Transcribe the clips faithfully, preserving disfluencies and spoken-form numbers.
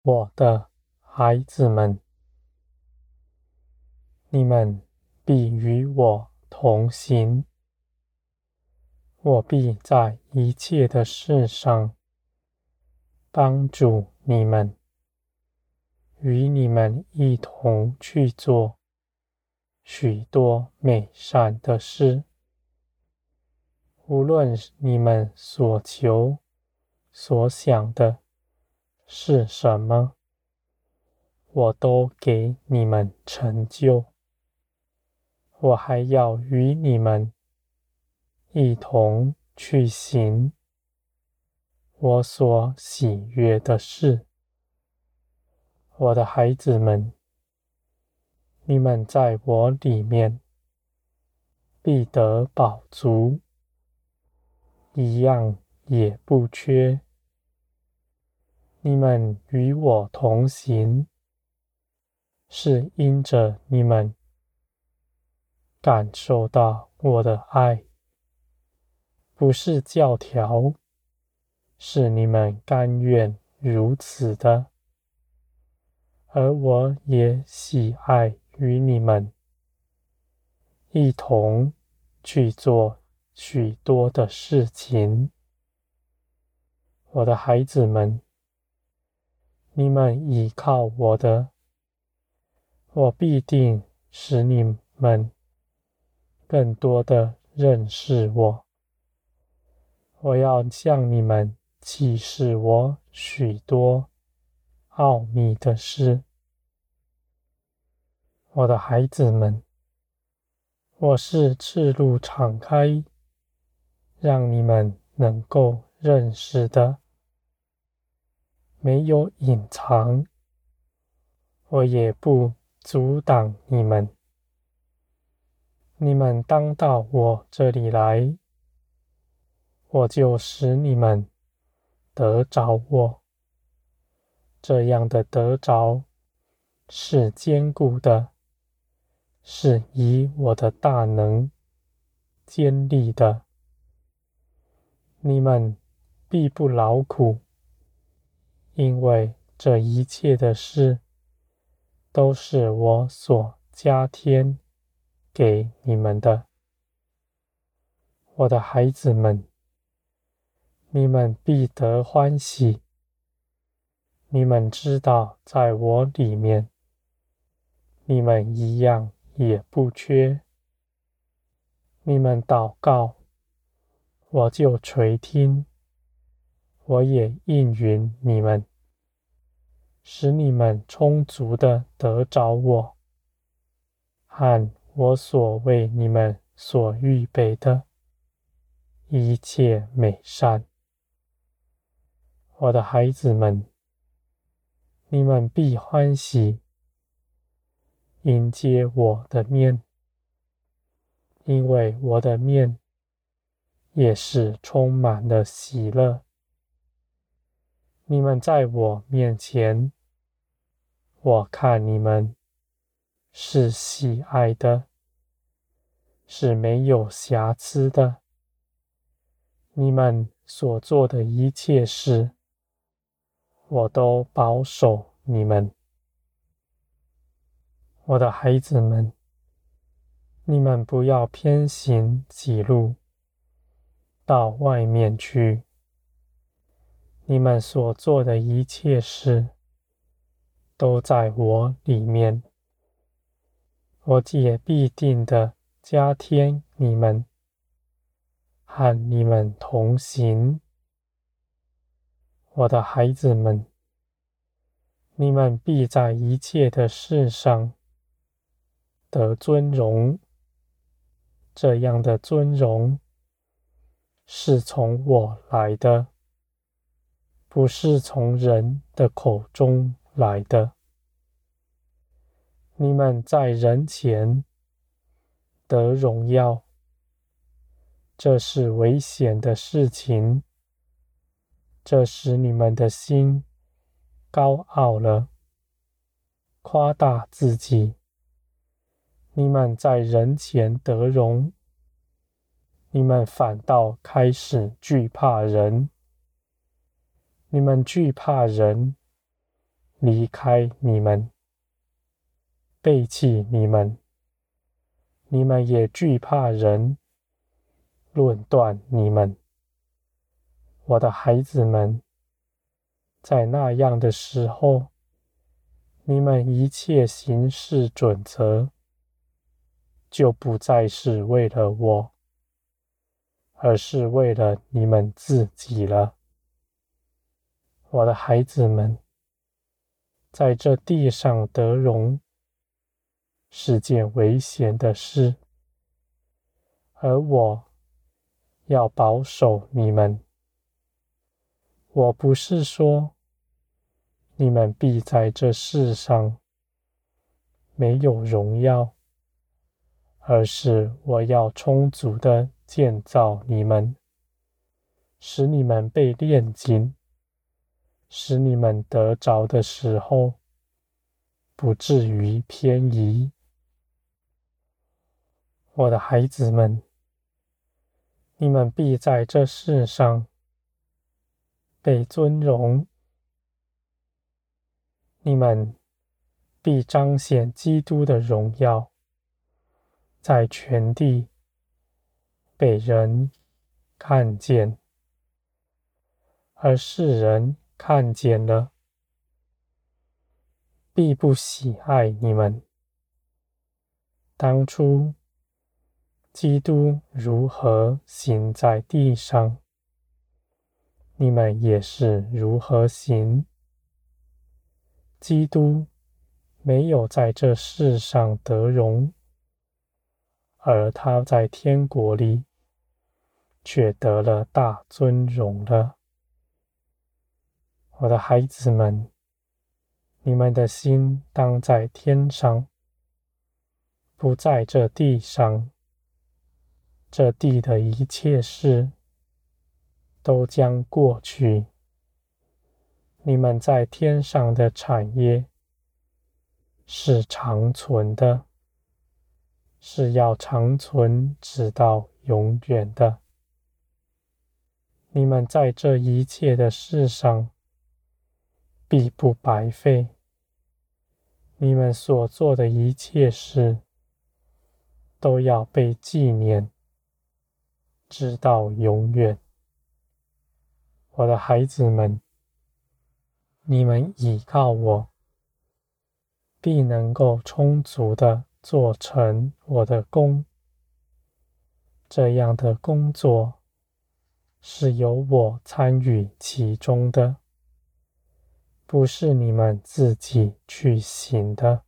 我的孩子们，你们必与我同行，我必在一切的事上帮助你们，与你们一同去做许多美善的事。无论你们所求所想的是什么，我都给你们成就。我还要与你们一同去行我所喜悦的事。我的孩子们，你们在我里面必得饱足，一样也不缺。你们与我同行，是因着你们感受到我的爱，不是教条，是你们甘愿如此的，而我也喜爱与你们一同去做许多的事情。我的孩子们，你们依靠我的，我必定使你们更多的认识我。我要向你们启示我许多奥秘的事。我的孩子们，我是赤露敞开，让你们能够认识的，没有隐藏，我也不阻挡你们。你们当到我这里来，我就使你们得着我。这样的得着是坚固的，是以我的大能坚立的。你们必不劳苦，因为这一切的事都是我所加添给你们的。我的孩子们，你们必得欢喜。你们知道，在我里面，你们一样也不缺。你们祷告，我就垂听，我也应允你们，使你们充足的得着我，和我所为你们所预备的一切美善。我的孩子们，你们必欢喜迎接我的面，因为我的面也是充满了喜乐。你们在我面前，我看你们是喜爱的，是没有瑕疵的。你们所做的一切事，我都保守你们。我的孩子们，你们不要偏行己路，到外面去。你们所做的一切事，都在我里面，我也必定的加添你们，和你们同行。我的孩子们，你们必在一切的事上得尊荣。这样的尊荣是从我来的，不是从人的口中来的。你们在人前得荣耀，这是危险的事情，这使你们的心高傲了，夸大自己。你们在人前得荣，你们反倒开始惧怕人。你们惧怕人， 离开你们，背弃你们，你们也惧怕人论断你们。我的孩子们，在那样的时候，你们一切行事准则就不再是为了我，而是为了你们自己了。我的孩子们，在这地上得荣是件危险的事，而我要保守你们。我不是说你们必在这世上没有荣耀，而是我要充足的建造你们，使你们被炼净，使你们得着的时候不至于偏移。我的孩子们，你们必在这世上被尊荣，你们必彰显基督的荣耀，在全地被人看见，而世人看见了，必不喜爱你们。当初基督如何行在地上，你们也是如何行。基督没有在这世上得荣，而他在天国里却得了大尊荣了。我的孩子们，你们的心当在天上，不在这地上。这地的一切事都将过去，你们在天上的产业是长存的，是要长存直到永远的。你们在这一切的事上必不白费，你们所做的一切事都要被纪念，直到永远。我的孩子们，你们倚靠我，必能够充足的做成我的工。这样的工作是由我参与其中的，不是你们自己去行的。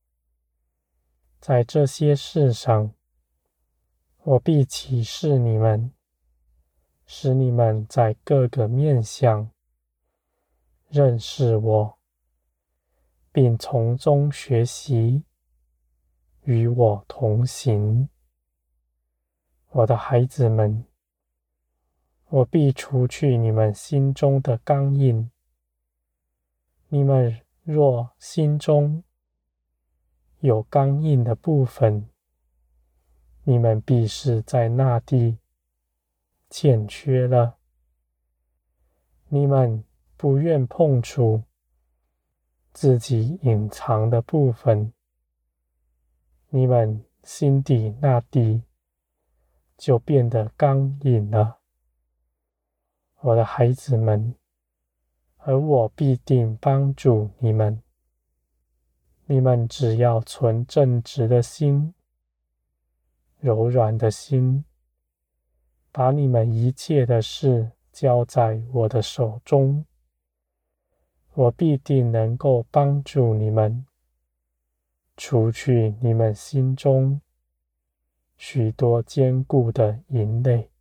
在这些事上，我必启示你们，使你们在各个面向认识我，并从中学习，与我同行。我的孩子们，我必除去你们心中的刚硬。你们若心中有刚硬的部分，你们必是在那地欠缺了。你们不愿碰触自己隐藏的部分，你们心底那地就变得刚硬了。我的孩子们，而我必定帮助你们。你们只要存正直的心，柔软的心，把你们一切的事交在我的手中，我必定能够帮助你们，除去你们心中许多坚固的营垒。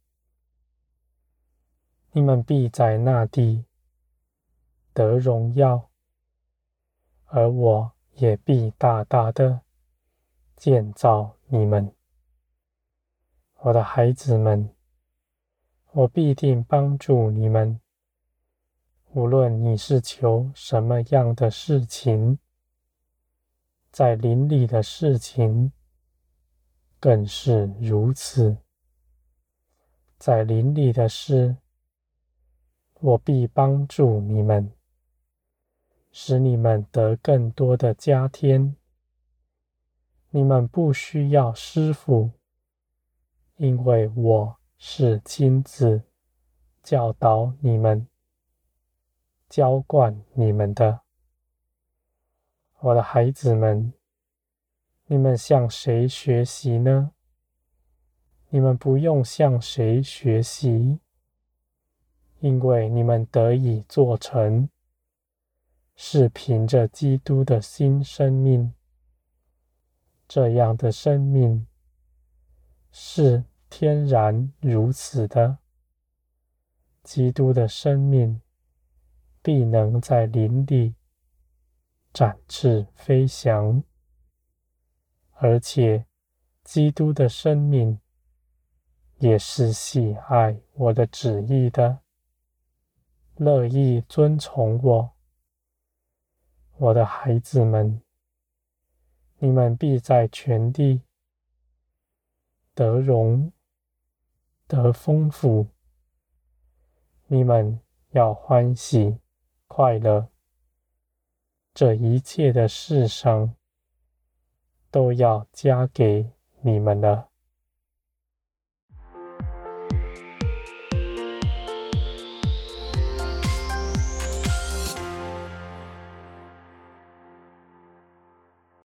你们必在那地得荣耀，而我也必大大的建造你们。我的孩子们，我必定帮助你们，无论你是求什么样的事情，在灵里的事情更是如此。在灵里的事，我必帮助你们， 使你们得更多的加添。你们不需要师傅，因为我是亲自教导你们、浇灌你们的。我的孩子们，你们向谁学习呢？你们不用向谁学习，因为你们得以做成，是凭着基督的新生命。这样的生命是天然如此的。基督的生命必能在林里展翅飞翔，而且基督的生命也是喜爱我的旨意的，乐意遵从我。我的孩子们，你们必在全地得荣，得丰富。你们要欢喜快乐，这一切的事上都要加给你们了。